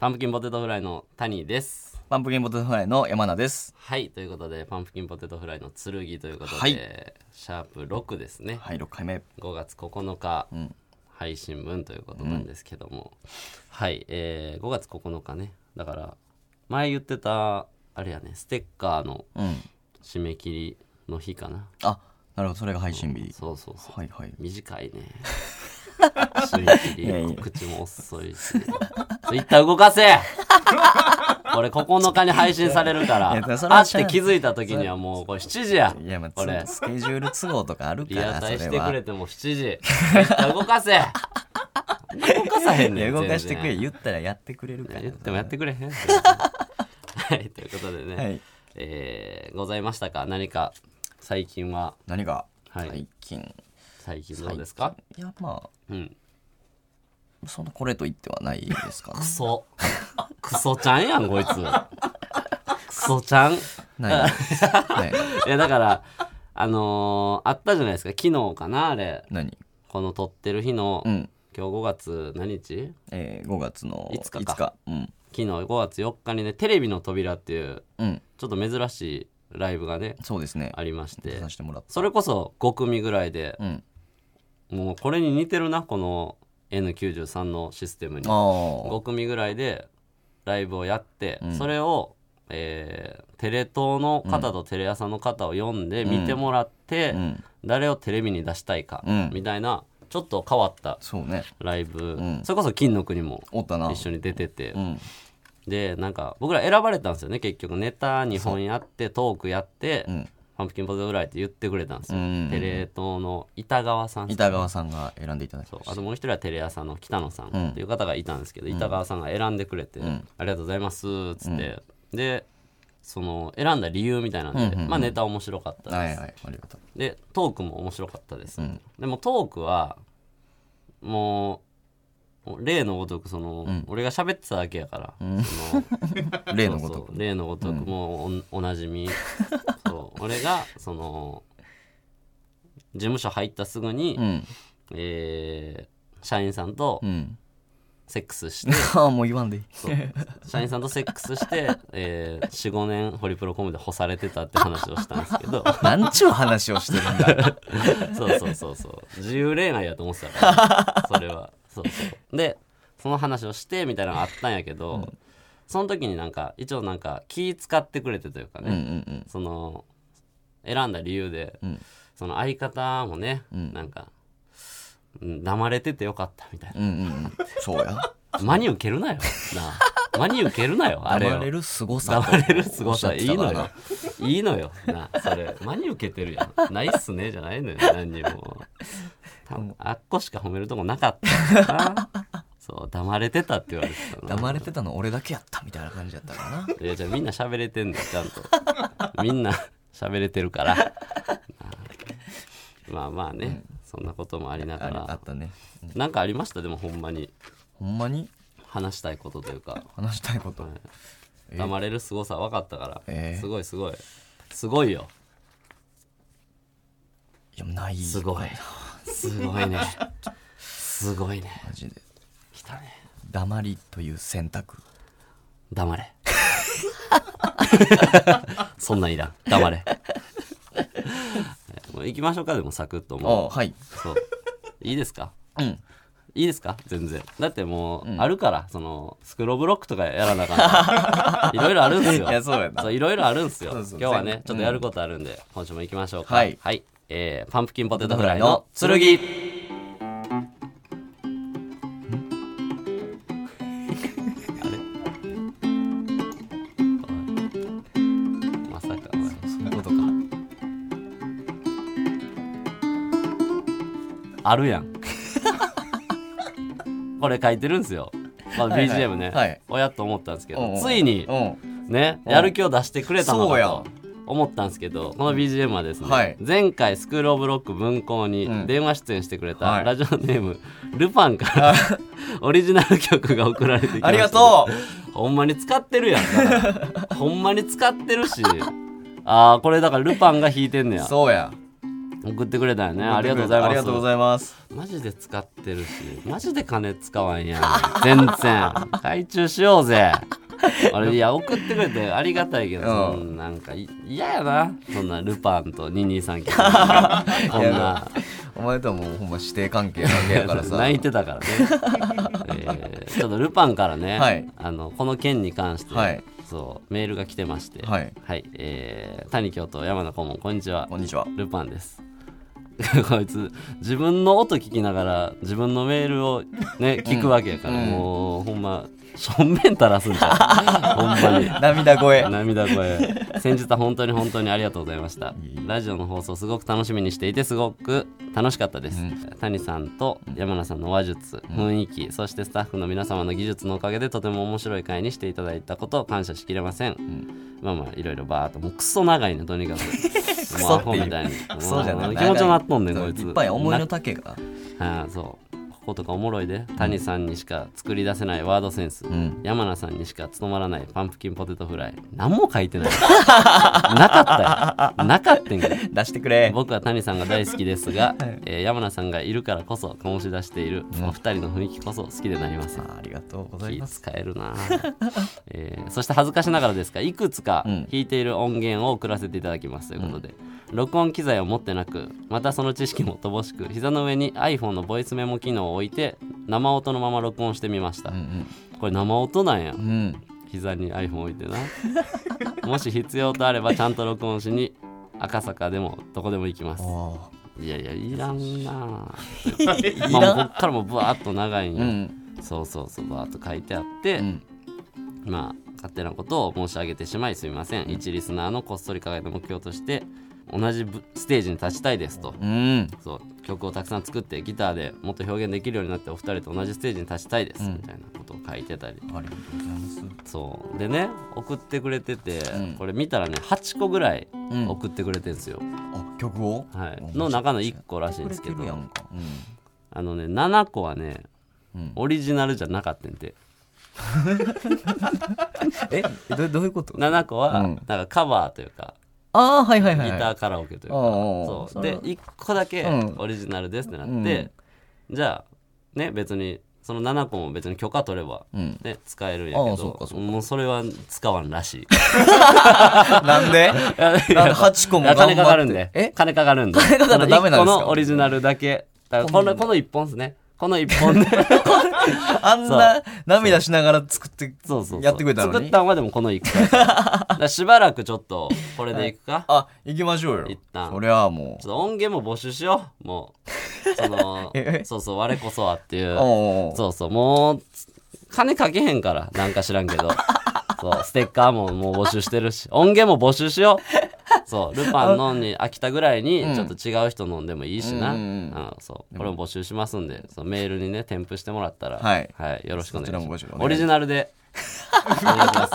パンプキンポテトフライの谷です。 パンプキンポテトフライの山名です。 はい、ということでパンプキンポテトフライの剣ということで、 はい、 シャープ6ですね。 はい、6回目。 5月9日、配信分ということなんですけども、はい、5月9日ね。だから前言ってたあれやね、ステッカーの締め切りの日かな。 あ、なるほど、それが配信日。 そうそうそう、 はいはい、 短いね。締め切り告知も遅いし、ツイッター動かせこれ9日に配信されるから、あって気づいた時にはもうこれ7時や。 いや、まあ、 これスケジュール都合とかあるから、 リアタイしてくれても7時動かせ動かさへんねん。 動かしてくれ、言ったらやってくれるから。 言ってもやってくれへんはい、ということでね、はい、ございましたか、何か最近は。 何が、 はい、最近どうですか。 いや、まあ、そんなこれと言ってはないですかね。 クソちゃんやんこいつ。クソちゃんないいやだからあったじゃないですか、昨日かなあれ。 何？ この撮ってる日の、今日5月何日 ？5月の 5日か。 昨日5月4日にね、テレビの扉っていう、ちょっと珍しいライブがね、 そうですね、 ありまして、 それこそ5組ぐらいで、もうこれに似てるな、この N93 のシステムに。5組ぐらいでライブをやって、それを、テレ東の方とテレ朝の方を呼んで見てもらって、誰をテレビに出したいか、みたいなちょっと変わったライブ、それこそ金の国も一緒に出てて、でなんか僕ら選ばれたんですよね。結局ネタ2本やってトークやって、パンプキンポテトフライって言ってくれたんですよ、テレ東の板川さんが選んでいただきました。 あともう一人はテレ朝の北野さんっていう方がいたんですけど、板川さんが選んでくれて、ありがとうございますっつって、でその選んだ理由みたいなんで、まあネタ面白かったです、 ありがとう。 でトークも面白かったです、でもトークはもう例のごとく俺が喋ってただけやから、 例のごとくもう おなじみそう俺が事務所入ったすぐに、社員さんとセックスして、 もう言わんでいい社員さんとセックスして、4,5 年ホリプロコムで干されてたって話をしたんですけどなんちゅう話をしてるんだそう自由恋愛やと思ってたからそれはそうでその話をしてみたいなのがあったんやけど、その時になんか一応なんか気使ってくれてというかね、その選んだ理由で、その相方もね、なんか黙れててよかったみたいな、 そうや、 真に受けるなよな、真に受けるなよあれを。 黙れるすごさいいのよいいのよな、それ真に受けてるやん。ないっすねじゃないのよ、何にも。あっこしか褒めるとこなかったなそう黙れてたって言われてたな。 黙れてたの俺だけやったみたいな感じやったかな。 いやじゃあみんな喋れてんのちゃんとみんな喋れてるからまあまあね、そんなこともありながらあったね。 なんかありました。でもほんまに話したいことというか、黙れるすごさ分かったから、すごいよ。 いやないすごいねマジで来たね。 黙りという選択。 黙れそんなんいらん、黙れもう行きましょうか。でもサクッともう、 はい、 そういいですか。いいですか。全然。だってもう、あるからそのスクローブロックとかやらなかったいろいろあるんすよ。 いやそうやな、 そういろいろあるんすよ。 そう今日はねちょっとやることあるんで、今週も行きましょうか。 はい、 パンプキンポテトフライの剣。まさかそういうことか。 あるやんこれ書いてるんすよ、BGM ね、おやっと思ったんですけど、ついにねやる気を出してくれたのかと思ったんですけど、この BGM はですね、前回スクールオブロック分校に電話出演してくれたラジオネームルパンからオリジナル曲が送られてきました。 ありがとう。ほんまに使ってるやんほんまに使ってるし、これだからルパンが弾いてんねや。 そうや。 送ってくれたよね。ありがとうございます。 ありがとうございます。 マジで使ってるし、マジで金使わんやん。全然外注しようぜ。俺いや送ってくれてありがたいけど、なんか嫌やな、そんなルパンと223こんなお前とはもうほんま師弟関係やからさ泣いてたからね、ちょっとルパンからね、 はい、 この件に関して、 はい、 そうメールが来てまして、 はい、 はい、谷京都山名顧問こんにちは。 こんにちは、 ルパンですこいつ自分の音聞きながら自分のメールをね聞くわけやから、もうほんましょんべん垂らすんじゃんほんまに涙声先日は本当にありがとうございました。ラジオの放送すごく楽しみにしていてすごく楽しかったです、谷さんと山名さんの話術、雰囲気、そしてスタッフの皆様の技術のおかげでとても面白い回にしていただいたことを感謝しきれません、まあいろいろバーっともうクソ長いね、とにかくクソっていうみたいにクソじゃない、 気持ちになっとんねんこいつ。 いっぱい思いの丈がそうこことかおもろいで、谷さんにしか作り出せないワードセンス、山名さんにしか務まらないパンプキンポテトフライ、何も書いてないなかったんけど出してくれ。 僕は谷さんが大好きですが、山名さんがいるからこそ醸し出しているお二人の雰囲気こそ好きでなりません。 ありがとうございます。 気使えるな、そして恥ずかしながらですがいくつか弾いている音源を送らせていただきますということで、録音機材を持ってなく、またその知識も乏しく、膝の上に iPhone のボイスメモ機能を置いて生音のまま録音してみました、これ生音なんや、膝に iPhone 置いてなもし必要とあればちゃんと録音しに赤坂でもどこでも行きます。いやいらんなまあこっからもブワーっと長いんよ、そうバーっと書いてあって、まあ勝手なことを申し上げてしまいすみません。一リスナーのこっそり掲げた目標として同じステージに立ちたいですと、そう曲をたくさん作ってギターでもっと表現できるようになってお二人と同じステージに立ちたいです、みたいなことを書いてたり。 ありがとうございます。 そうでね送ってくれてて、これ見たらね8個ぐらい送ってくれてるんですよ、 曲を、 の中の1個らしいんですけど、7個はね、オリジナルじゃなかったんでどういうこと？ 7 個はなんかカバーというか、 ギターカラオケというか、そうで1個だけオリジナルですってなって、じゃあね別にその7個も別に許可取れば、ね使えるんやけど、もうそれは使わんらしいなんで8個も頑張って金かかるんで金かかるらダメなんですか？ 1個のオリジナルだけだからこの1本ですね、この1本であんな涙しながら作ってやってくれたのに、 作ったんはでもこの1個だしばらくちょっとこれでいくか、 行きましょうよ一旦。 そりゃもうちょっと音源も募集しよう、もうそう我こそはっていうそうもう金かけへんからなんか知らんけどそうステッカーももう募集してるし音源も募集しよう。そうルパン飲んに飽きたぐらいにちょっと違う人飲んでもいいしな、そうこれも募集しますんで、そのメールにね添付してもらったら、よろしくお願いします。オリジナルでお願いします。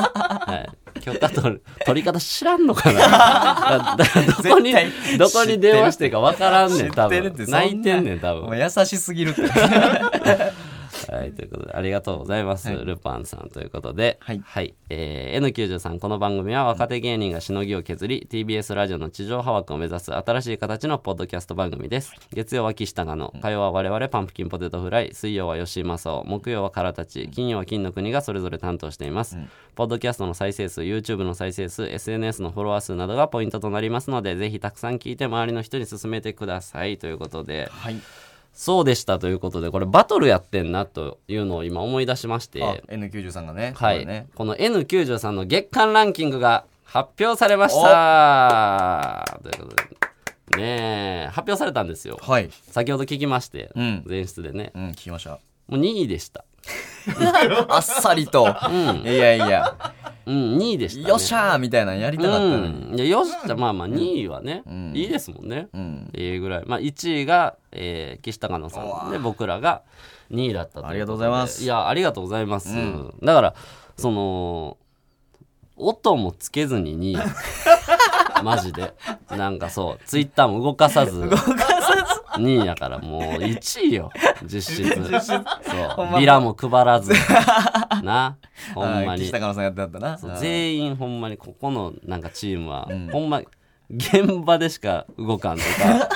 許可取り方知らんのかなどこに電話してるか分からんねん多分。泣いてんねん多分。 優しすぎるってはい、ということでありがとうございます、ルパンさんということで、N93 この番組は若手芸人がしのぎを削り TBS ラジオの地上波枠を目指す新しい形のポッドキャスト番組です。月曜は岸高野、火曜は我々パンプキンポテトフライ、水曜は吉井正夫、木曜はからたち、金曜は金の国がそれぞれ担当しています、ポッドキャストの再生数、 YouTube の再生数、 SNS のフォロワー数などがポイントとなりますので、ぜひたくさん聞いて周りの人に勧めてくださいということで、そうでしたということで、これバトルやってんなというのを今思い出しまして、 N93 がね、 この N93 の月間ランキングが発表されましたということでね、発表されたんですよ、先ほど聞きまして、前室でね、 聞きました。 もう2位でしたあっさりと、いや 2位でしたね。 よっしゃーみたいなのやりたかったのに、 いやよっしゃ、まあ2位はね、いいですもんね、ぐらい、1位が、岸高野さんで、僕らが2位だったということで、 ありがとうございます。 いやありがとうございます、だからその音もつけずに2位マジでなんかそうツイッターも動かさず2位やからもう1位よ実質そうビラも配らずな、ほんまに岸高野さんやってあったな。 全員ほんまにここのなんかチームは、ほんま現場でしか動かんとか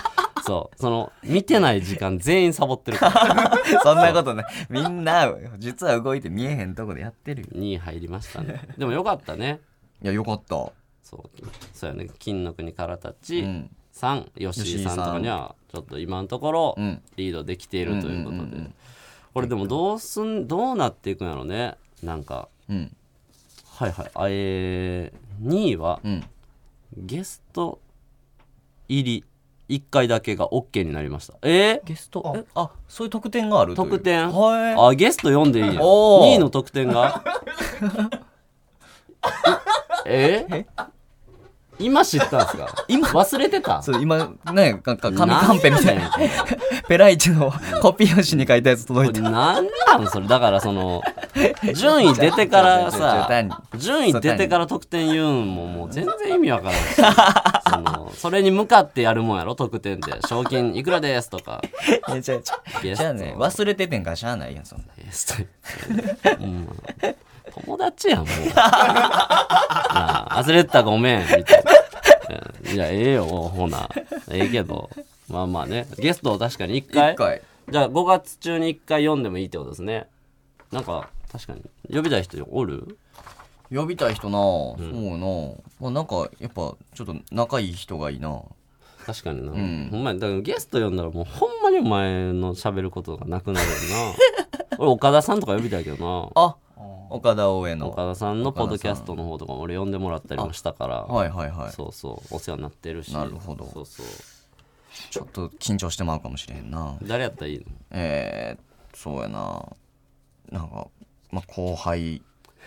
そうその見てない時間全員サボってるからそんなことない。みんな実は動いて見えへんとこでやってるよ。 2位入りましたね。でもよかったね。 いやよかった。 そうやね。金の国からたち、 うん、 さん吉井さんとかにはちょっと今のところリードできているということで、これでもどうなっていくんやろね。なんか、 うん、 はいはい、2位は、 うん、 ゲスト入り1回だけが OK になりました。 ゲストそういう特典があるという。 特典、 はい、 ゲスト読んでいいよ。2位の特典が今知ったんですか？今忘れてた？ そう今ね、紙カンペみたいなペライチのコピー用紙に書いたやつ届いて、 なんなんそれ。だからその順位出てからさ順位出てから得点言うんもう全然意味わからないしそれに向かってやるもんやろ。得点って賞金いくらですとかじゃあね、忘れててんからしゃあないやんそんな。 友達やんもう忘れてたごめんみたいな。いやええよほなええけど、まあまあね、ゲストを確かに1回じゃあ5月中に1回読んでもいいってことですね。なんか確かに呼びたい人おる？ 呼びたい人な、そうな、なんかやっぱちょっと仲いい人がいいな。 確かにな、ほんまにだからゲスト呼んだらもうほんまにお前の喋ることがなくなるよな俺岡田さんとか呼びたいけどな。 岡田応援の岡田さんのポッドキャストの方とか俺呼んでもらったりもしたから、 はいはいはい、 そうそうお世話になってるし。 なるほど。 そうそうちょっと緊張してまうかもしれへんな。 誰やったらいいの？ そうやな、なんか後輩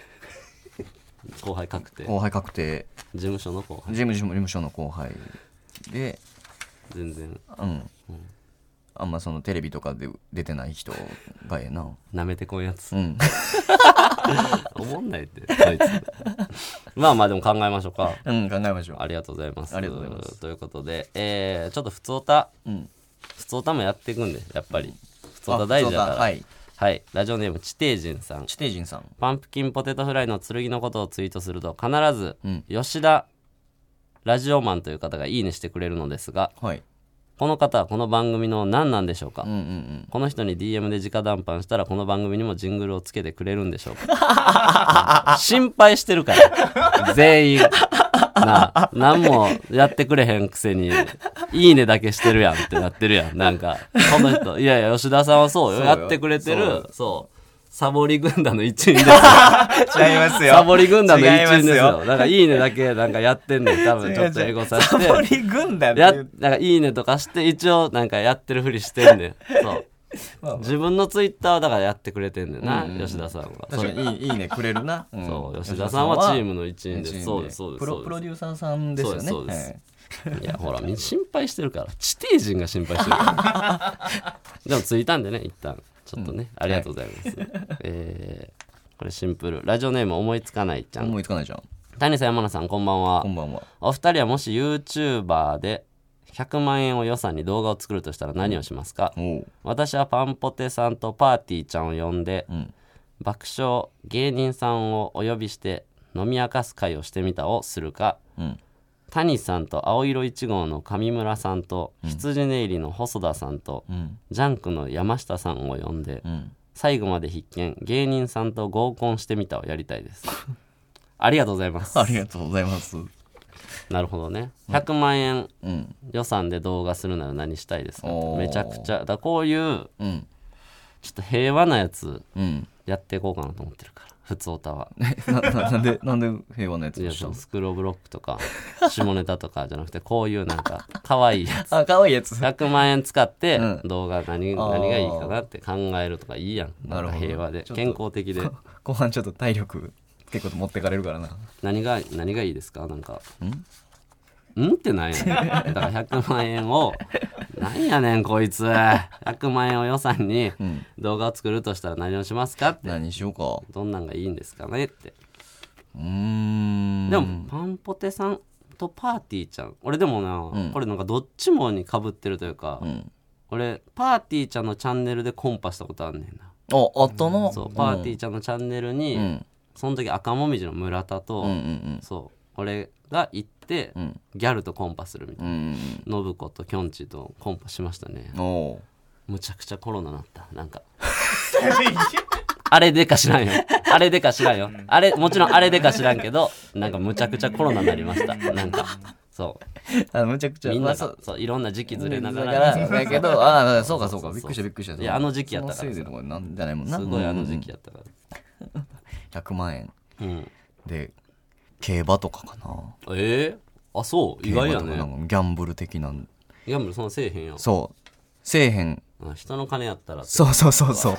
確定。事務所の後輩。 事務所の後輩で全然あんまそのテレビとかで出てない人がええな。 なめてこんやつ。おもんないってそいつまあでも考えましょうか。 考えましょう。 ありがとうございます。 ありがとうございます。 ということで、ちょっと普通歌もやっていくんで、やっぱり普通歌大事だから。はい、ラジオネーム地底人さん。パンプキンポテトフライの剣のことをツイートすると必ず、吉田ラジオマンという方がいいねしてくれるのですが、この方はこの番組の何なんでしょうか？この人に DM で直談判したらこの番組にもジングルをつけてくれるんでしょうか？心配してるから全員何もやってくれへんくせにいいねだけしてるやんってなってるやん。なんかこの人いやいや吉田さんはそうよやってくれてる。そうサボり軍団の一員ですよ。 違いますよ。 サボり軍団の一員ですよ。なんかいいねだけなんかやってんねん。多分ちょっと英語させて。 サボり軍団なんかいいねとかして一応なんかやってるふりしてんねん。そう自分のツイッターだからやってくれてんねんな、吉田さんは。 確かにいいねくれるな。 そう吉田さんはチームの一員です。そうですそうです。 プロデューサーさんですよね。 そうです。いやほら心配してるから地底人が心配してるからでもついたんでね一旦ちょっとね、ありがとうございます。これシンプル。ラジオネーム思いつかないちゃん。谷さん山名さんこんばんは。お二人はもし YouTuber で100万円を予算に動画を作るとしたら何をしますか？私はパンポテさんとパーティーちゃんを呼んで、爆笑芸人さんをお呼びして飲み明かす会をしてみたをするか、谷さんと青色1号の上村さんと、羊ネイリの細田さんと、ジャンクの山下さんを呼んで、最後まで必見芸人さんと合コンしてみたをやりたいです。ありがとうございます。 ありがとうございます。 なるほどね。100万円予算で動画するなら何したいですか？めちゃくちゃだこういう、ちょっと平和なやつやっていこうかなと思ってるから。普通歌はなんで平和なやつ？ スクローブロックとか下ネタとかじゃなくてこういうなんか可愛いやつ可愛いやつ 100万円使って動画何がいいかなって考えるとかいいやん。なんか平和で健康的で後半ちょっと体力結構持ってかれるからな。 何がいいですか？なんかってなんやねん。だから100万円をなんやねんこいつ100万円を予算に動画を作るとしたら何をしますかって。 何しようか。 どんなんがいいんですかねって。でもパンポテさんとパーティーちゃん俺でもな、これなんかどっちもに被ってるというか、俺パーティーちゃんのチャンネルでコンパしたことあんねんな。 あったな。 そうパーティーちゃんのチャンネルに、その時赤もみじの村田と、そう俺が行って、 うん、 ギャルとコンパするみたいな、 うん信子ときょんちぃとコンパしましたね。 おむちゃくちゃコロナなった。なんかあれでか知らんよ。あれでか知らんよ。あれ、もちろんあれでか知らんけど、なんかむちゃくちゃコロナになりました。なんか、そう。 むちゃくちゃ。 みんなが、そう、いろんな時期ずれながら。 だけど、ああ、そうかそうか。びっくりした。 いや、あの時期やったから。 そのせいでとかなんじゃないもんな。 すごいあの時期やったから。 100万円。 うん。 で、競馬とかかな。 あ、そう。意外やね。 ギャンブル的な。ギャンブルそんなせえへんやん。 そう。せえへん。 人の金やったら。 そう。 サ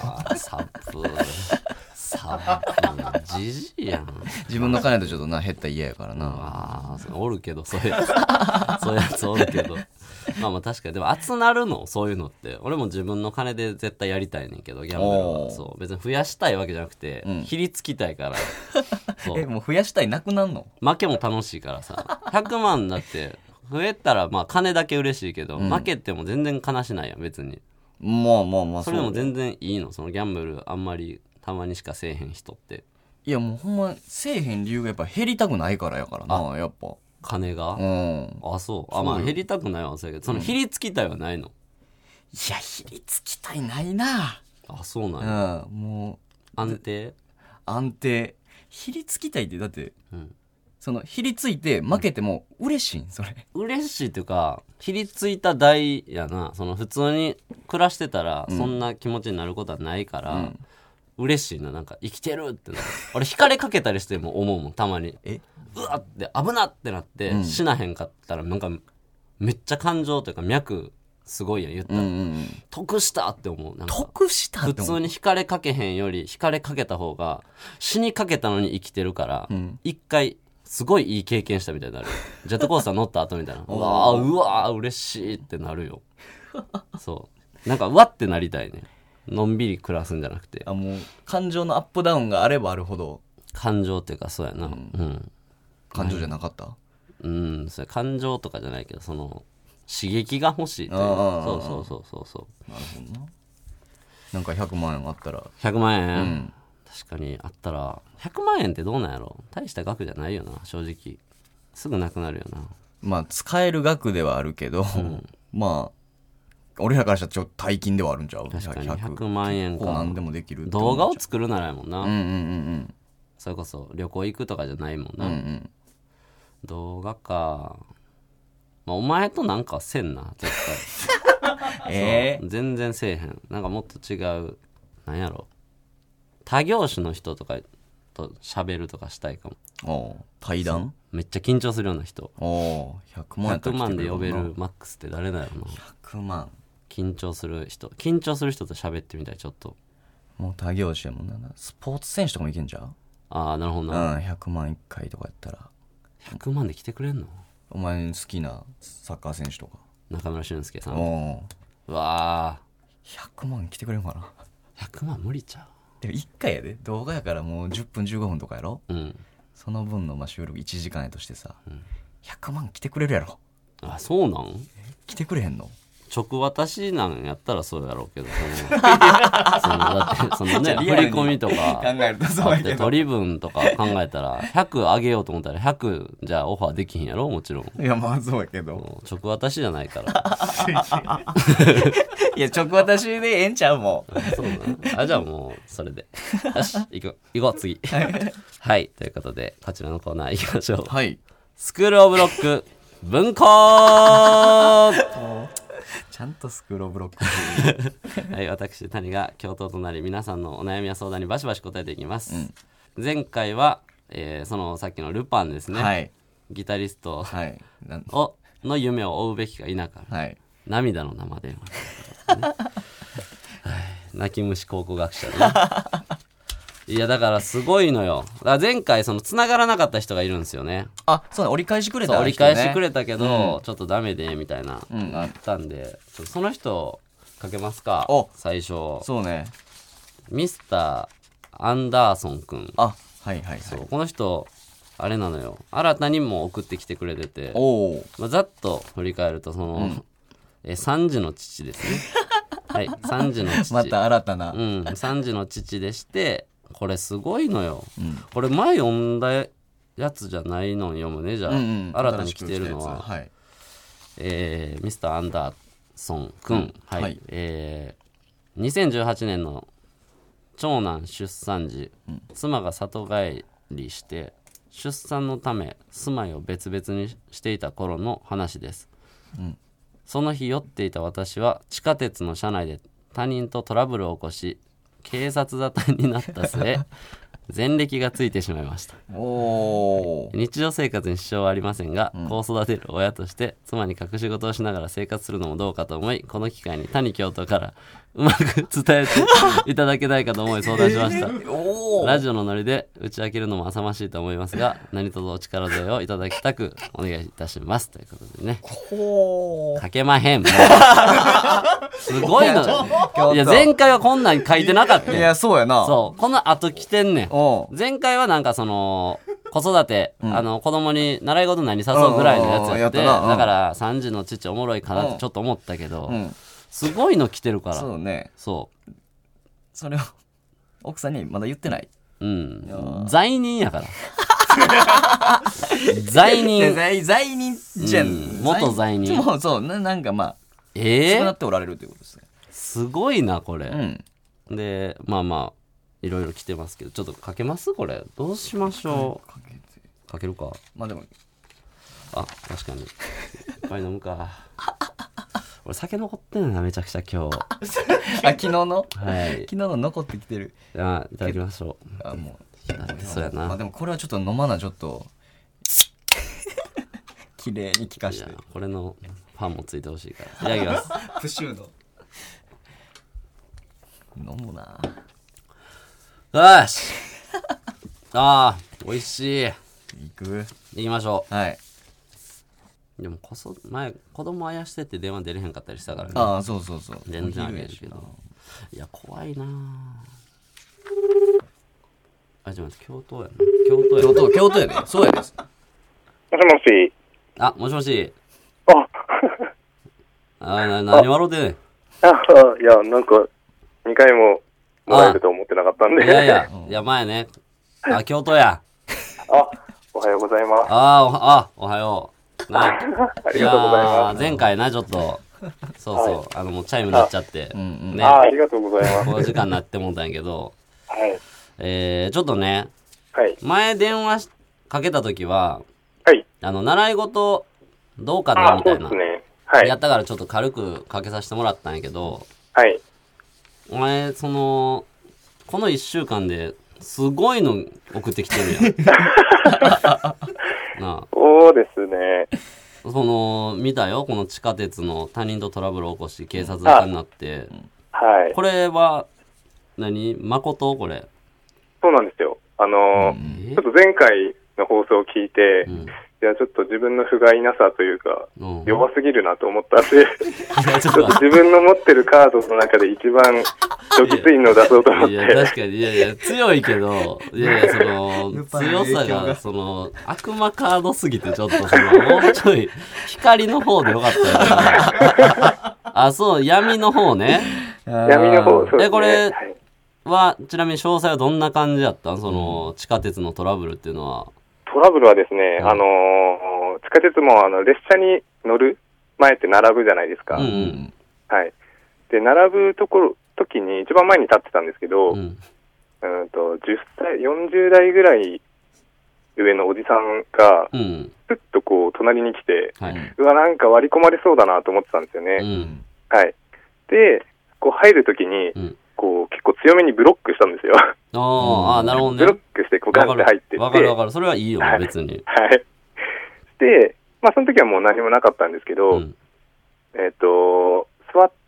ブじじいやん。 自分の金とちょっとな減ったら嫌やからな。 ああ、おるけどそういうやつおるけど。まあ確かに。でも熱なるのそういうのって。俺も自分の金で絶対やりたいねんけど、ギャンブルは。そう別に増やしたいわけじゃなくて、ひりつきたいから。 もう増やしたいなくなんの？ 負けも楽しいからさ。100万だって増えたらまあ金だけ嬉しいけど、負けても全然悲しないやん別に。 まあそれでも全然いいの。そのギャンブルあんまりたまにしかせえへん人って。 いやもうほんませえへん理由がやっぱ減りたくないからやからな。やっぱ金が、あそうまあ減りたくないわそうやけど、そのひりつきたいはないの？いやひりつきたいないな。 あそうなんや。 もう安定ひりつきたいってだって、そのひりついて負けても嬉しいんそれ。 嬉しいっていうかひりついた代やな。その普通に暮らしてたらそんな気持ちになることはないから、嬉しいな。なんか生きてるってなる。俺惹かれかけたりしても思うもんたまに。うわって危なってなって、死なへんかったらなんかめっちゃ感情というか脈すごいやん言ったら、得したって思う。なんか得したって普通に惹かれかけへんより惹かれかけた方が死にかけたのに生きてるから、一回すごいいい経験したみたいになる。ジェットコースター乗った後みたいな。うわー嬉しいってなるよ。そうなんかうわってなりたいね。のんびり暮らすんじゃなくて。 もう感情のアップダウンがあればあるほど。 感情っていうかそうやな。 感情じゃなかった？ それ感情とかじゃないけどその刺激が欲しいという。そうなるほどな。なんか100万円あったら。 100万円、確かにあったら100万円ってどうなんやろ。大した額じゃないよな正直。すぐなくなるよな。 まあ使える額ではあるけど、まあ俺らからしたらちょっと大金ではあるんちゃう。 確かに100万円か。 何でもできる。 動画を作るならやもんな。それこそ旅行行くとかじゃないもんな。動画か。まあお前となんかせんな絶対。全然せえへん。なんかもっと違う。なんやろ。他業種の人とかと喋るとかしたいかも。 対談？ めっちゃ緊張するような人。 100 万で呼べるマックスって誰だよな。 100万。 緊張する人と喋ってみたい。ちょっともう他業種やもんな。スポーツ選手とかもいけんじゃう？ なるほどな。 100万1回とかやったら 100万で来てくれんの？ お前好きなサッカー選手とか中村俊輔さん。うわ 100万来てくれんかな。 100万無理ちゃう。でも1回やで。動画やからもう10分15分とかやろ。その分の収録1時間やとしてさ、100万来てくれるやろ。 そうなん？ 来てくれへんの？ 直渡しなんやったらそうやろうけど、だってそのね振り込みとか考えるとそうやけど、 取り分とか考えたら100上げようと思ったら100じゃあオファーできひんやろもちろん。 いやまあそうやけど直渡しじゃないからいや直渡しでええんちゃうもん。 そうな。じゃあもうそれでよし行こう次はいということでこちらのコーナー行きましょう。スクールオブロック文庫ちゃんとスクールオブロックはい、私谷が教頭となり皆さんのお悩みや相談にバシバシ答えていきます。前回は、そのさっきのルパンですね、ギタリスト、の夢を追うべきか否か、涙の生電話、泣き虫考古学者ねいやだからすごいのよ。だから前回その繋がらなかった人がいるんですよね。 そうだ、折り返しくれた人ね。 折り返しくれたけど、ちょっとダメでみたいな、あったんでちょっとその人かけますか。最初そうね、 ミスターアンダーソンくん。そうこの人あれなのよ、新たにも送ってきてくれてて、ざっと振り返るとその、3児の父ですね3児の父また新たな、 3児の父でして、これすごいのよ、これ前読んだやつじゃないのを読むね。じゃあ、新たに来てるのは、はい、ミスターアンダーソンくん、はい、2018年の長男出産時、妻が里帰りして出産のため住まいを別々にしていた頃の話です。その日酔っていた私は地下鉄の車内で他人とトラブルを起こし警察沙汰になった末前歴がついてしまいました。日常生活に支障はありませんが、子を育てる親として妻に隠し事をしながら生活するのもどうかと思い、この機会に谷教頭からうまく伝えていただけないかと思い相談しました。ラジオのノリで打ち明けるのも浅ましいと思いますが、何卒お力添えをいただきたくお願いいたしますということでね。書けまへん。もうすごいの。いや前回はこんなん書いてなかった。 いやそうやな。 そうこの後来てんねん。前回はなんかその子育て、子供に習い事何誘うぐらいのやつやって、だから3児の父おもろいかなってちょっと思ったけど、すごいの来てるから。 そうね。 そうそれを奥さんにまだ言ってない。 罪人やから罪人じゃん、 元罪人。 もうそうなんかまあそうなっておられるということですね。 すごいなこれ、でまあいろいろ来てますけど、ちょっとかけます。これどうしましょう。かけるか。 まあでも確かにいっぱい飲むか。俺酒残ってんなめちゃくちゃ今日昨日の、 はい、 昨日の残ってきてる。 いただきましょう。 もうそうやな。 まあでもこれはちょっと飲まなちょっと綺麗に効かして。 これのファンもついてほしいからいただきます。 プシューの飲むな。 よし美味しい。行きましょう。 はい。 でも前子供あやしてって電話出れへんかったりしたからね。 そう全然あげるけど、いや怖いな。ちょっと待って、京都やな。 京都やね。そうやです。 もしもし。 もしもし。何笑うてんねん。 いやなんか2回ももらえると思ってなかったんで。 いや前ね。京都や。 おはようございます。 おはよう。 ありがとうございます。 前回なちょっとそう、もうチャイムになっちゃってね。 ありがとうございます。 この時間になってもんたんやけど、 はい。 ちょっとね、 はい。 前電話かけた時は、 はい。 習い事どうかなみたいな、 そうですね。はい。 やったからちょっと軽くかけさせてもらったんやけど、 はい。 お前この1週間ですごいの送ってきてるやん。 そうですね。 見たよ、この地下鉄の他人とトラブルを起こし警察沙汰になって、 はい。 これは誠これ。 そうなんですよ。ちょっと前回の放送を聞いて、いやちょっと自分の不甲斐なさというか、弱すぎるなと思ったんで、ちょっと自分の持ってるカードの中で一番ドキツいのを出そうと思って。 いや確かにいや強いけど、その強さが悪魔カードすぎてちょっともうちょい光の方でよかったよね。そう闇の方ね。 闇の方。そうですね。 これはちなみに詳細はどんな感じだったん？地下鉄のトラブルっていうのは。 トラブルはですね、地下鉄も列車に乗る前って並ぶじゃないですか。はい。で、並ぶ時に一番前に立ってたんですけど、10歳、40代ぐらい上のおじさんが、ふっとこう、隣に来て、うわ、なんか割り込まれそうだなと思ってたんですよね。はい。で、こう入る時に、こう結構強めにブロックしたんですよ。 なるほどね。 ブロックしてこうガンって入ってって。 わかる。それはいいよ、別に。 はい。で、その時はもう何もなかったんですけど、座って、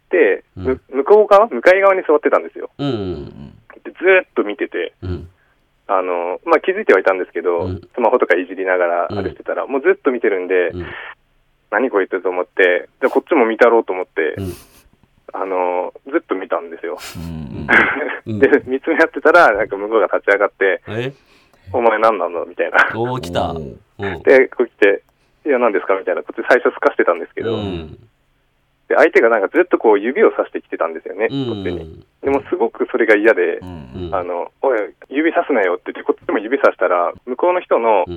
向かい側に座ってたんですよ。でずーっと見てて、気づいてはいたんですけど、スマホとかいじりながら歩いてたら、もうずっと見てるんで、何こいつと思って、じゃあこっちも見たろうと思って、ずっと見たんですよ。で、見つめ合ってたら、なんか向こうが立ち上がって、お前何なのみたいな。 来た。 で、こう来て、いや、何ですかみたいな。こっち最初すかしてたんですけど、で、相手がなんかずっとこう指をさしてきてたんですよね、こっちに。でもすごくそれが嫌で、おい、指さすなよって言って、こっちも指さしたら、向こうの人の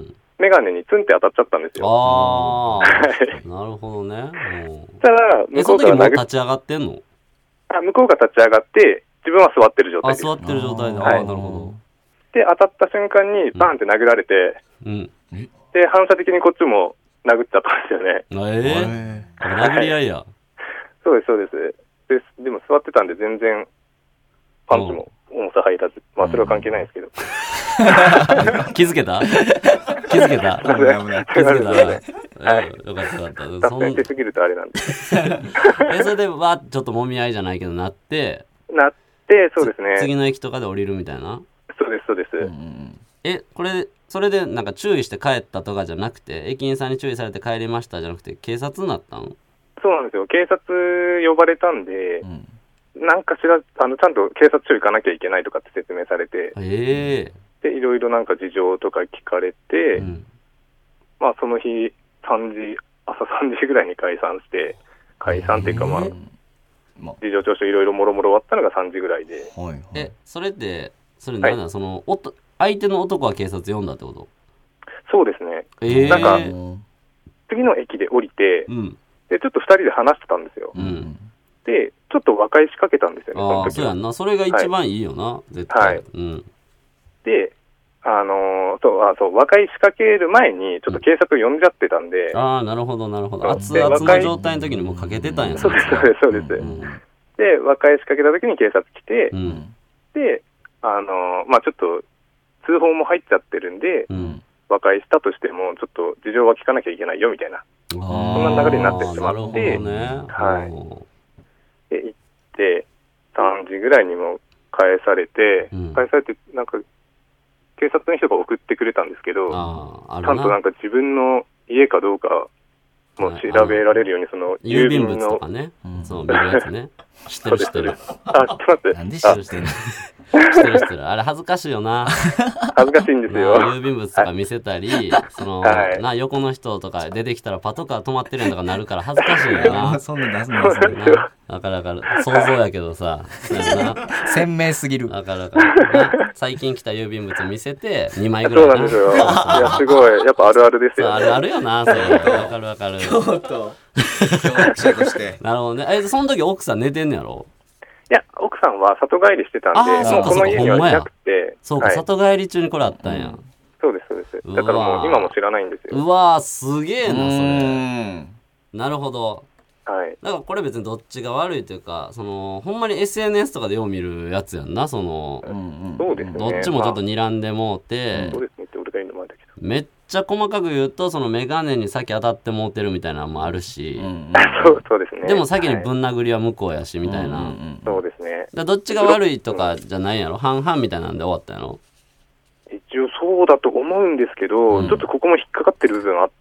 メガネにツンって当たっちゃったんですよ。 ああ、なるほどね。 そしたら、 その時もう立ち上がってんの？ 向こうが立ち上がって、自分は座ってる状態です。 座ってる状態で。 はい、 なるほど。 で、当たった瞬間にバーンって殴られて、で、反射的にこっちも殴っちゃったんですよね。殴り合いや。 そうです、そうです。でも座ってたんで全然、パンチも重さ入らず、まあそれは関係ないですけど。 気づけた気づけた気づけた。はい。よかったよかった。 脱線しすぎるとあれなんで。 それで、わーちょっともみ合いじゃないけど、なって、 そうですね。 次の駅とかで降りるみたいな。 そうです、そうです。 これ、それでなんか注意して帰ったとかじゃなくて、駅員さんに注意されて帰りましたじゃなくて、警察になったの？ そうなんですよ。警察呼ばれたんで、なんかしら、ちゃんと警察署行かなきゃいけないとかって説明されて、で、いろいろなんか事情とか聞かれて、まあその日、朝3時ぐらいに解散して、解散っていうかまあ、事情聴取いろいろもろもろ終わったのが3時ぐらいで。 それってそれ何だ、その相手の男は警察呼んだってこと？ そうですね。なんか次の駅で降りて、でちょっと2人で話してたんですよ。でちょっと和解しかけたんですよね。その時そうやんな。それが一番いいよな、絶対。 でそう和解しかける前にちょっと警察を呼んじゃってたんで。 なるほどなるほど。熱々の状態の時にもうかけてたんや。 そうですそうです。で和解しかけた時に警察来て、でまあちょっと通報も入っちゃってるんで、和解したとしてもちょっと事情は聞かなきゃいけないよみたいな、そんな流れになってしまって、で行って3時ぐらいにも返されてなんか警察の人が送ってくれたんですけど、ちゃんとなんか自分の家かどうかもう調べられるように、その郵便物とかね、そう見るやつね。知ってる知ってる。 知ってます。 なんで知ってんの？ 知ってる。あれ恥ずかしいよな。 恥ずかしいんですよ。 郵便物とか見せたり、横の人とか出てきたらパトカー止まってるんとかなるから恥ずかしいよな。 そんな出すのな。 だから想像やけどさ、 鮮明すぎる。 だから最近来た郵便物見せて2枚ぐらい。 そうなんですよ。いやすごいやっぱあるあるですよ。 あるよな、それ。わかるわかる。 京都記者として。 なるほどね。その時奥さん寝てんのやろ？ いや、奥さんは里帰りしてたんで、もうこの家にはいなくて。 そうか、里帰り中にこれあったんや。 そうです、そうです。だからもう今も知らないんですよ。 うわー、すげえな、それ。なるほど。 はい。 だからこれ別にどっちが悪いというか、ほんまに SNS とかでよう見るやつやんな、 そうですね。 どっちもちょっと睨んでもうて、 そうですねって俺が言うのもあるけど。 めっちゃ細かく言うと、メガネに先当たってもうてるみたいなのもあるし、 そうですね。 でも先にぶん殴りは向こうやし、みたいな。 そうですね。 どっちが悪いとかじゃないんやろ？半々みたいなんで終わったやろ？ 一応そうだと思うんですけど、ちょっとここも引っかかってる部分あって、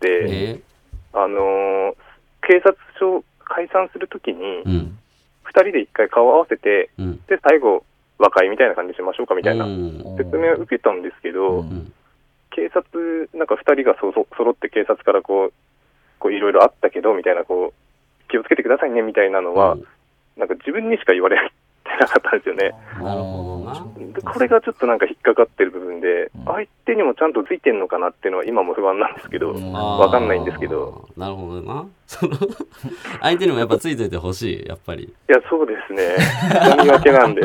警察署解散するときに、2人で一回顔を合わせて、で最後和解みたいな感じにしましょうかみたいな説明を受けたんですけど、警察なんか2人が揃って警察からこういろいろあったけどみたいな、気をつけてくださいねみたいなのは、なんか自分にしか言われてなかったんですよね。 なるほどな。 これがちょっとなんか引っかかってる部分で、相手にもちゃんとついてんのかなっていうのは今も不安なんですけど、わかんないんですけど。 なるほどな。相手にもやっぱついててほしい、やっぱり。いや、そうですね。言い訳なんで。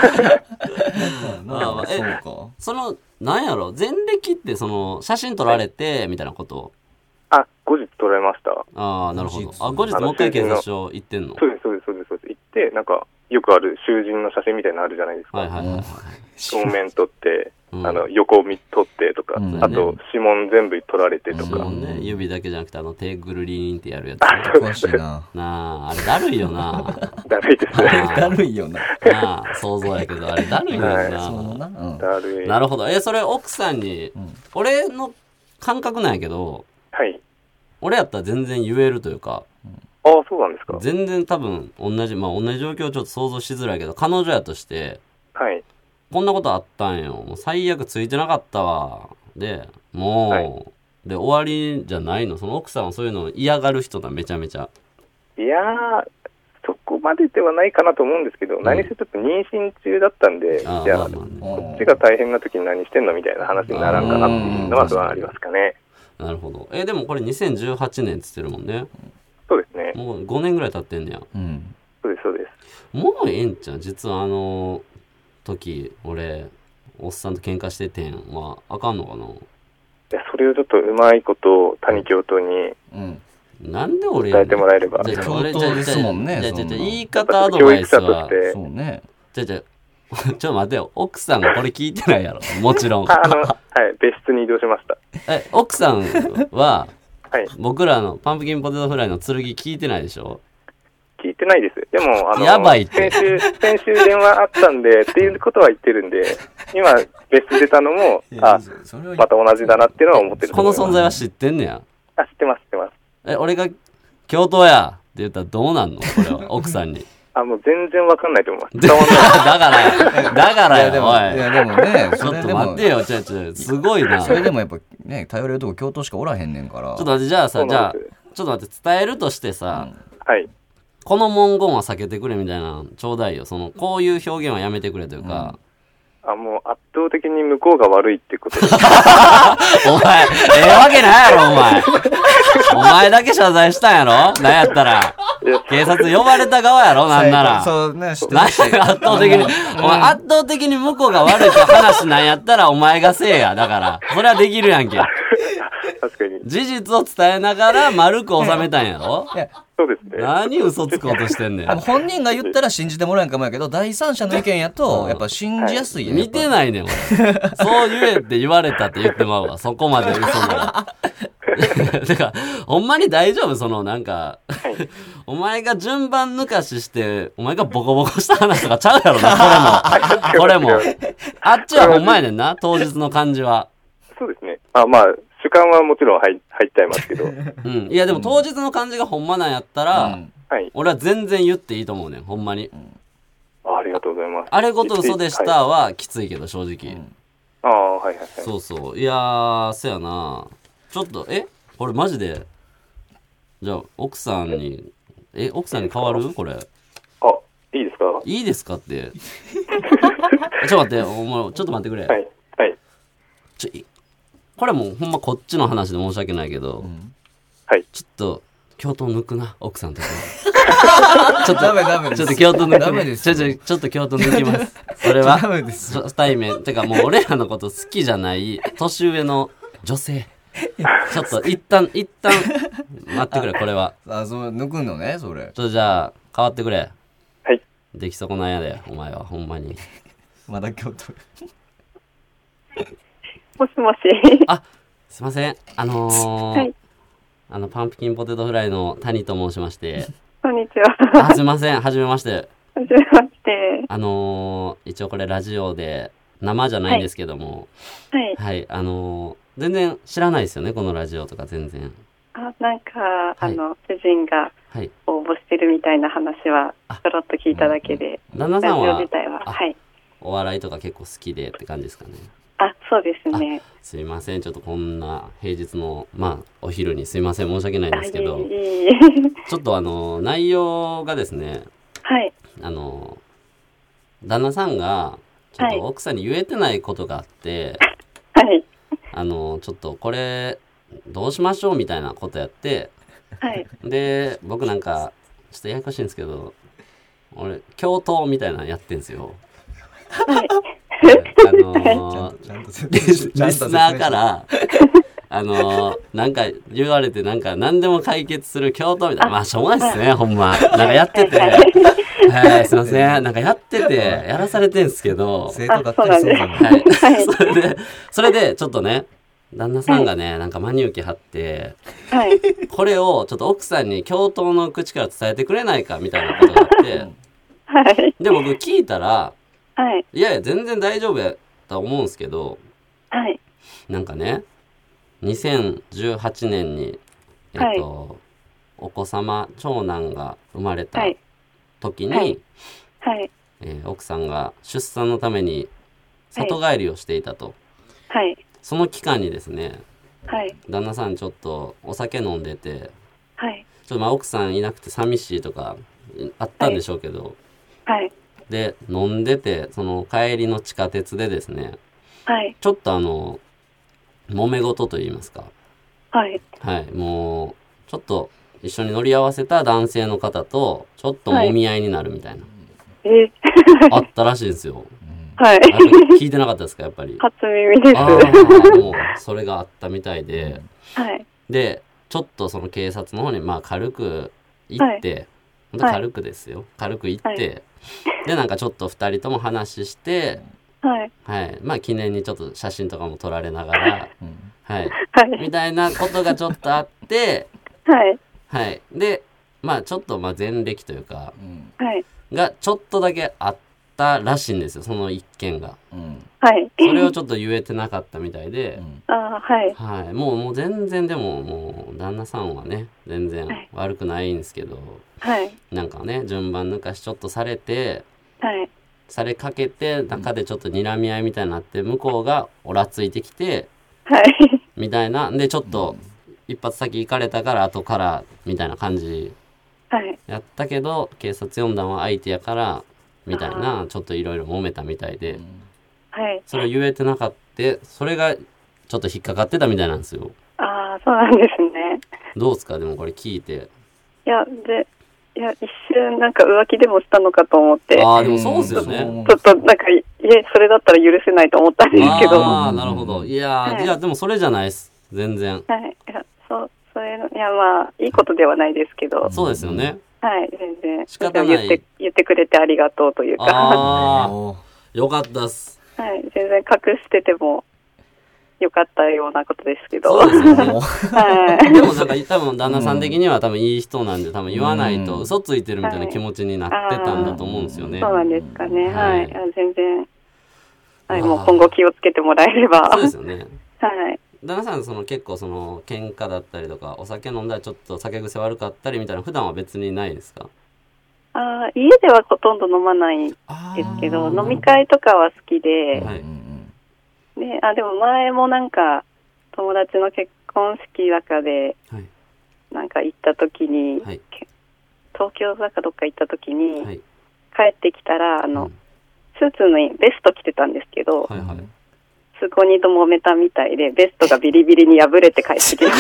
なんやろ、前歴って写真撮られてみたいなこと？ 後日撮られました。 なるほど。後日もう一回警察署行ってんの？ そうです。行って、なんか、よくある囚人の写真みたいなのあるじゃないですか。正面撮って、横見撮ってとか、あと指紋全部撮られてとか。 指だけじゃなくて手ぐるりーんってやるやつ。 詳しいな。 あれだるいよな。 だるいですね。 だるいよな。 想像やけど、あれだるいよな。 だるい。 なるほど。それ奥さんに、俺の感覚なんやけど、俺やったら全然言えるというか、 そうなんですか。 全然多分同じ状況をちょっと想像しづらいけど、彼女やとして、こんなことあったんよ。もう最悪ついてなかったわ。で、もう、で終わりじゃないの？その奥さんはそういうの嫌がる人だ、めちゃめちゃ。 いやー、そこまでではないかなと思うんですけど、何せちょっと妊娠中だったんで、じゃあ、こっちが大変な時に何してんのみたいな話にならんかなっていうのは不安ありますかね。 なるほど。でもこれ2018年っつってるもんね。 そうですね。 もう5年ぐらい経ってんねや。 そうです、そうです。 もうええんちゃん。実は時、俺、おっさんと喧嘩しててんは、あかんのかな。いや、それをちょっとうまいこと谷教頭になんで俺伝えてもらえれば。 教頭ですもんね。 言い方アドバイスは。 そうね。 ちょっと待てよ。奥さんがこれ聞いてないやろ。もちろん。 はい、別室に移動しました。 奥さんは、 はい、 僕らのパンプキンポテトフライの剣聞いてないでしょ？ 聞いてないです。でも、 やばいって。 先週電話あったんで、っていうことは言ってるんで、今、別室出たのも、また同じだなっていうのは思ってる。 この存在は知ってんねや。 知ってます、知ってます。 俺が、教頭やって言ったらどうなんのこれは、奥さんに。 もう全然わかんないと思います。 だからや、おい。 いや、でもね、 ちょっと待ってよ、すごいな。 それでもやっぱね、頼れるとこ教頭しかおらへんねんから。 ちょっと待って、じゃあ、ちょっと待って、伝えるとしてさ、 はい。 この文言は避けてくれみたいなちょうだいよ。こういう表現はやめてくれというか。 もう圧倒的に向こうが悪いってことです。 お前、わけないやろ、お前。お前だけ謝罪したんやろなんやったら。警察呼ばれた側やろなんなら。 そうね、知って圧倒的に、お前圧倒的に向こうが悪いって話なんやったらお前がせえや。だから、それはできるやんけ。 確かに。 事実を伝えながら丸く収めたんやろそうですね。 何嘘つこうとしてんねん。 本人が言ったら信じてもらえんかもやけど、第三者の意見やと、やっぱ信じやすいやん。 見てないねん、俺。そう言えって言われたって言ってまうわ。そこまで嘘なら。てか、ほんまに大丈夫なんか、お前が順番抜かしして、お前がボコボコした話とかちゃうやろな、これも。あっちはほんまやねんな、当日の感じは。 そうですね。まあ、主観はもちろん入っちゃいますけど。 いや、でも当日の感じがほんまなんやったら、俺は全然言っていいと思うねん、ほんまに。 ありがとうございます。 あれごと嘘でしたはきついけど、正直。 はい。 そうそう。いやー、そやな。ちょっと、これマジで、じゃあ、奥さんに変わるこれ。 いいですか？ いいですかって。ちょっと待って、お前、ちょっと待ってくれ。 はい。 これもうほんまこっちの話で申し訳ないけど、 はい。 ちょっと、教頭抜くな、奥さんとか。 ちょっとダメです。 ちょっと教頭抜く。 ダメです。 ちょっと教頭抜きます。それは、 ダメです。 初対面。てかもう俺らのこと好きじゃない、年上の女性。ちょっと一旦、待ってくれ、これは。 抜くのね、それ。 ちょっとじゃあ、変わってくれ。 はい。 出来損ないやで、お前は、ほんまに。 まだ教頭。 もしもし。 すいません。 はい。 パンプキンポテトフライの谷と申しまして。 こんにちは。 すいません。はじめまして。 はじめまして。 一応これラジオで、生じゃないんですけども。 はい。 はい。全然知らないですよね、このラジオとか全然。 なんか、主人が応募してるみたいな話は、ちょろっと聞いただけで。 旦那さんは、 ラジオ自体は、はい。 お笑いとか結構好きでって感じですかね。 そうですね。 すいません。ちょっとこんな平日の、お昼にすいません。申し訳ないんですけど。ちょっと内容がですね。 はい。 旦那さんが、ちょっと奥さんに言えてないことがあって、 はい。 ちょっとこれ、どうしましょうみたいなことやって、 はい。 で、僕なんか、ちょっとややこしいんですけど、俺、教頭みたいなのやってんすよ。 はい。 リスナーから、なんか言われて、何でも解決する教頭みたいな。しょうもないっすね、ほんま。やってて、はい、すいません。やってて、やらされてんすけど、 生徒だったりするのはい。それで、ちょっとね、旦那さんがね、真に受け張って、これをちょっと奥さんに教頭の口から伝えてくれないかみたいなことがあって、で、僕聞いたら、いやいや、全然大丈夫やと思うんですけど、なんかね、2018年に、お子様、長男が生まれた時に、奥さんが出産のために里帰りをしていたと。その期間にですね、旦那さんちょっとお酒飲んでて、ちょっと奥さんいなくて寂しいとかあったんでしょうけど、で、飲んでて、その帰りの地下鉄でですね、ちょっと揉め事と言いますか、 はい。 はい。もう、ちょっと一緒に乗り合わせた男性の方と、ちょっと揉み合いになるみたいな。あったらしいですよ。 はい。 聞いてなかったですか、やっぱり。 初耳です。 もう、それがあったみたいで。 はい。 で、ちょっとその警察の方に、まあ軽く行って、ほんと軽くですよ。軽く行って、で、なんかちょっと2人とも話して、はい。はい。まあ記念にちょっと写真とかも撮られながら、はい。みたいなことがちょっとあって、はい。はい。で、まあちょっとまあ前歴というか、はい。がちょっとだけあったらしいんですよ、その一件が。はい。それをちょっと言えてなかったみたいで、はい。はい。もう全然でも、もう旦那さんはね、全然悪くないんですけど、はい。なんかね、順番抜かしちょっとされて、はい。されかけて、中でちょっと睨み合いみたいになって、向こうがオラついてきて、はい。みたいな。で、ちょっと、一発先行かれたから後から、みたいな感じ。はい。やったけど、警察呼んだのは相手やから、みたいな、ちょっといろいろ揉めたみたいで、はい。それを言えてなかった、それがちょっと引っかかってたみたいなんですよ。 ああ、そうなんですね。 どうですか、でもこれ聞いて。 いや、一瞬なんか浮気でもしたのかと思って。 ああ、でもそうですよね。 ちょっとなんか、それだったら許せないと思ったんですけど。 ああ、なるほど。いや、でもそれじゃないです。全然。 はい。そういうの、まあ、いいことではないですけど。 そうですよね。 はい、全然。 仕方ない。 言ってくれてありがとうというか。 ああ、よかったっす。 はい、全然隠しててもよかったようなことですけど。 そうですよね。はい。でもなんか多分旦那さん的には多分いい人なんで、多分言わないと嘘ついてるみたいな気持ちになってたんだと思うんですよね。 そうなんですかね。はい。全然。はい、もう今後気をつけてもらえれば。 そうですよね。 はい。 旦那さん結構喧嘩だったりとかお酒飲んだらちょっと酒癖悪かったりみたいな普段は別にないですか？ 家ではほとんど飲まないですけど、飲み会とかは好きで、はい、でも前もなんか友達の結婚式中で、はい、なんか行った時に、はい、東京坂どっか行った時に、はい、帰ってきたらスーツにベスト着てたんですけど、はいはい、通行人と揉めたみたいでベストがビリビリに破れて帰ってきま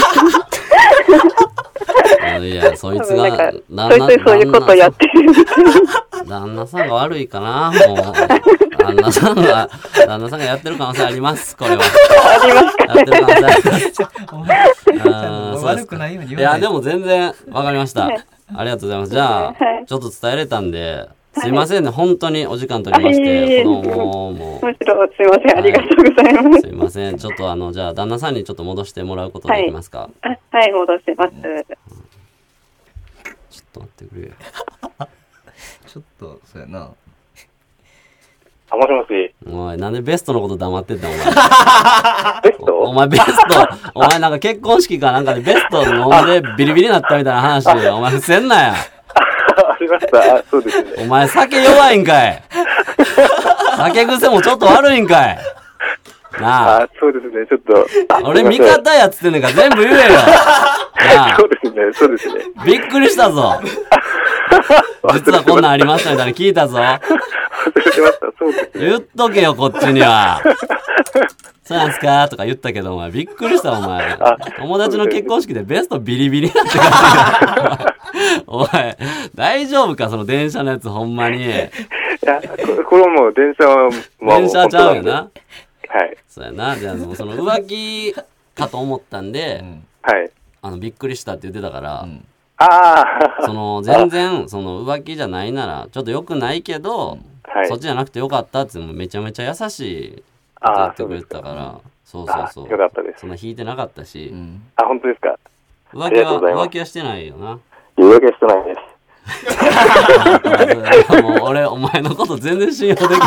したいや、そいつがそういうことやってる旦那さんが悪いかな。もう旦那さんがやってる可能性あります。これはありますかね。やってる可能性あります。悪くないように言わない。いや、でも全然わかりました。ありがとうございます。じゃあ、ちょっと伝えれたんですいませんね、本当にお時間取りまして、子供も。 むしろすいません、ありがとうございます。 すいません、ちょっとじゃあ旦那さんにちょっと戻してもらうことできますか？ はい、戻してます。 ちょっと待ってくれよ。 ちょっと、そうやな。 もしもし。 おい、なんでベストのこと黙ってんだ、お前。 ベスト？ お前ベスト、お前なんか結婚式かなんかでベスト飲んでビリビリになったみたいな話、お前伏せんなや。 ありました。そうですね。 お前酒弱いんかい。酒癖もちょっと悪いんかい。なあ。 そうですね、ちょっと。 俺味方やっつってんねんから全部言えよ。なあ。そうですね。 びっくりしたぞ。実はこんなんありましたみたいな聞いたぞ。言っとけよ、こっちには。そうなんすかとか言ったけど、お前びっくりした、お前。友達の結婚式でベストビリビリになってからお前、大丈夫か、その電車のやつ、ほんまに。いや、 これもう電車はもう。 電車ちゃうよな。 はい。 そうやな。じゃあ、その浮気かと思ったんで、 はい。 びっくりしたって言ってたから、全然、浮気じゃないなら、ちょっと良くないけど、そっちじゃなくてよかったってめちゃめちゃ優しいって言ってくれてたから、そう。 よかったです。 そんな引いてなかったし。 本当ですか。 浮気はしてないよな。 浮気はしてないです。 もう俺、お前のこと全然信用できない。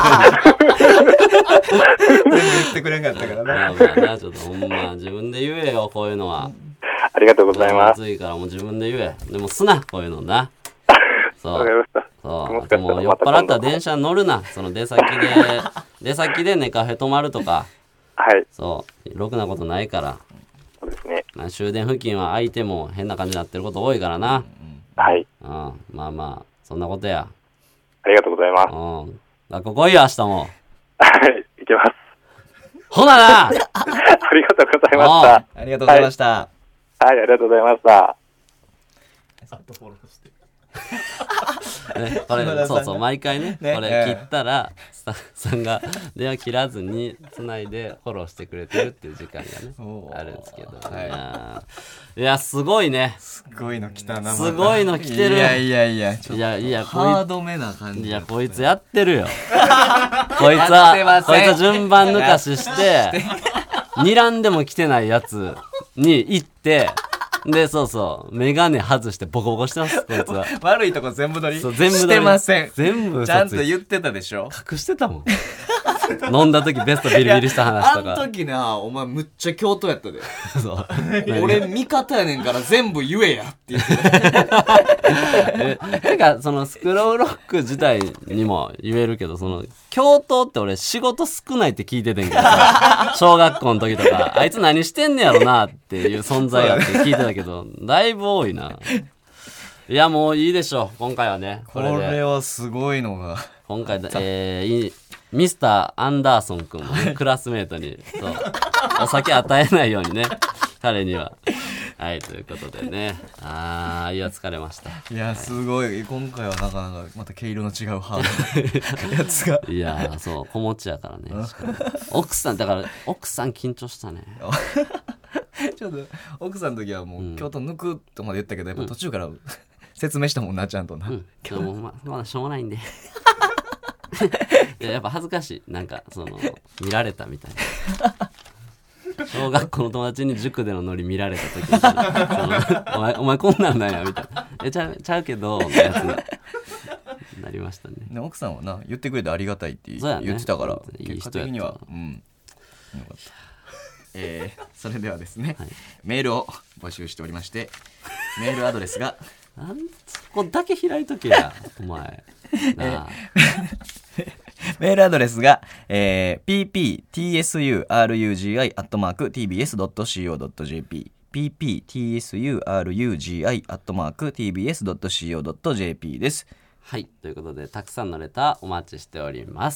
全然言ってくれんかったからな。 ちょっとほんま、自分で言えよ、こういうのは。 ありがとうございます。 暑いからもう自分で言え。でもすな、こういうのな。そう。そう。でも酔っ払ったら電車乗るな。出先でね、カフェ泊まるとか。 はい。 そう。ろくなことないから。 そうですね。 終電付近は相手も変な感じになってること多いからな。 はい。 まあ、そんなことや。 ありがとうございます。 学校来いよ、明日も。 はい、行きます。 ほななありがとうございました。 ありがとうございました。 はい、ありがとうございました。 ね、これそうそう毎回ねこれ切ったらスタッフさんが電話切らずにつないでフォローしてくれてるっていう時間がねあるんですけど、いやすごいね、 すごいの来たな、 すごいの来てる。 いやいやいやちょっとハードめな感じ。 いやこいつやってるよこいつは順番抜かしして睨んでも来てないやつに行ってでそうそうメガネ外してボコボコしてますこいつは。 悪いとこ全部取りそう全部してません。 全部ちゃんと言ってたでしょ。 隠してたもん飲んだ時ベストビリビリした話とか。 あの時なお前むっちゃ京都やったでそう俺味方やねんから全部言えやって言っててかそのスクロールロック自体にも言えるけどその教頭って俺仕事少ないって聞いててんけどさ小学校の時とかあいつ何してんねやろなっていう存在やって聞いてたけどだいぶ多いな。いやもういいでしょう今回はね。 これはすごいのが今回ミスターアンダーソン君もねクラスメートにそうお酒与えないようにね彼には。はいということでねいや疲れました。 いやすごい、今回はなかなかまた毛色の違うハードのやつがいやそう子持ちやからね奥さん緊張したねちょっと奥さんの時はもう京都抜くとまで言ったけどやっぱ途中から説明したもんなちゃんとな、 でもまだしょうがないんでいややっぱ恥ずかしいなんかその見られたみたいな小学校の友達に塾でのノリ見られた時みたいなお前こんなんなんやみたいなちゃうけどのやつになりましたね。 奥さんはな言ってくれてありがたいって言ってたから、結果的にはよかった。それではですね、メールを募集しておりましてメールアドレスがそこだけ開いとけやお前なあメールアドレスが、pptsurugi@tbs.co.jp pptsurugi@tbs.co.jp です。 はいということでたくさんのレターお待ちしております。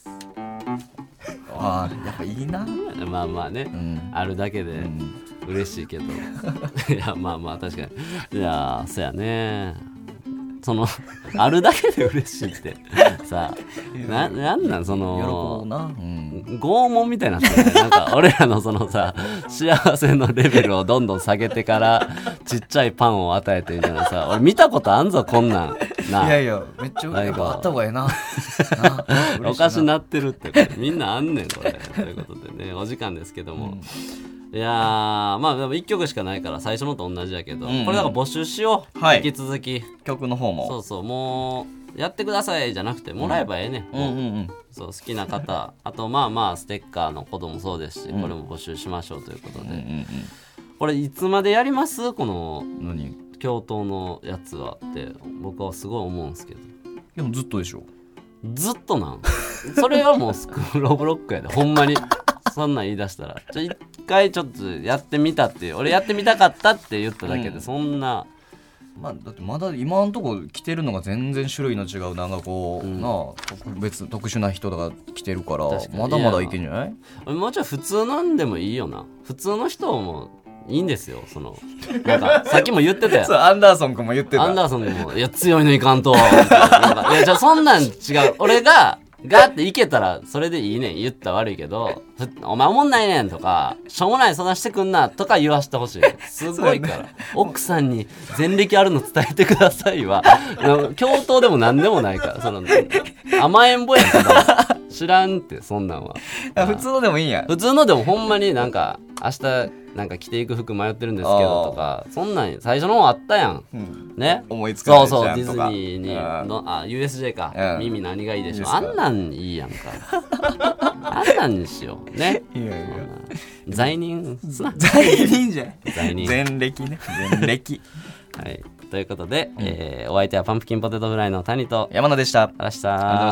やっぱいいな。 まあまあね、あるだけで嬉しいけど、いやまあまあ確かにいやそうやねそのあるだけで嬉しいってさなんその拷問みたいになってるなんか俺らのそのさ幸せのレベルをどんどん下げてからちっちゃいパンを与えてみたいなさ俺見たことあんぞこんなんな。 いやいやめっちゃあった方がええなおかしなってるってみんなあんねんこれということでねお時間ですけども、いやまあでも1曲しかないから最初のと同じやけど、これだから募集しよう、引き続き曲の方もそうそうもうやってくださいじゃなくてもらえばええね、そう好きな方あとまあステッカーのこともそうですし、これも募集しましょうということで、これいつまでやりますこの教頭のやつはって僕はすごい思うんですけど。 でもずっとでしょ。 ずっとなんそれはもうスクールオブロックやでほんまにそんなん言い出したら一回ちょっとやってみたっていう俺やってみたかったって言っただけで、そんなだってまだ今のとこ来てるのが全然種類の違うなんかこう、特殊な人が来てるからまだまだいけんじゃない。 もちろん普通なんでもいいよな。普通の人もいいんですよ。そのなんかさっきも言ってたやんそうアンダーソン君も言ってた。 アンダーソン君もいや強いのいかんといやじゃあそんなん違う俺がガーっていけたらそれでいいねん言ったら悪いけどお前おもんないねんとかしょうもないそんなしてくんなとか言わしてほしい。すごいから、奥さんに前歴あるの伝えてくださいは教頭でも何でもないからその甘えんぼやから知らんってそんなんは普通のでもいいんや。 普通のでもほんまになんか明日なんか着ていく服迷ってるんですけどとかそんなん最初の方あったやん、ね思いつかないじゃんとか。 そうディズニーにのUSJ か、耳何がいいでしょあんなんいいやんかあんなんにしようね。 いや罪人すな罪人じゃん罪人前歴ね前歴はいということで、お相手はパンプキンポテトフライの谷と山野でした。 ありがとうございました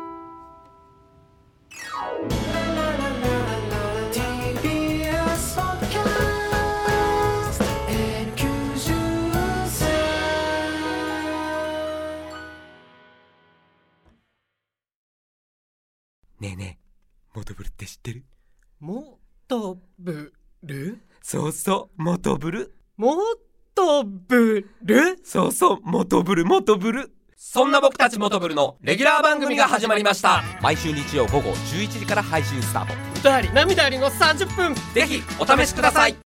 。TBS ねえねえ、モトブルって知ってる？ モトブル？ そうそう、モトブル。 モトブル？ そうそう、モトブル。そんな僕たちモトブルのレギュラー番組が始まりました。毎週日曜午後11時から配信スタート。 歌あり涙ありの30分、 ぜひお試しください。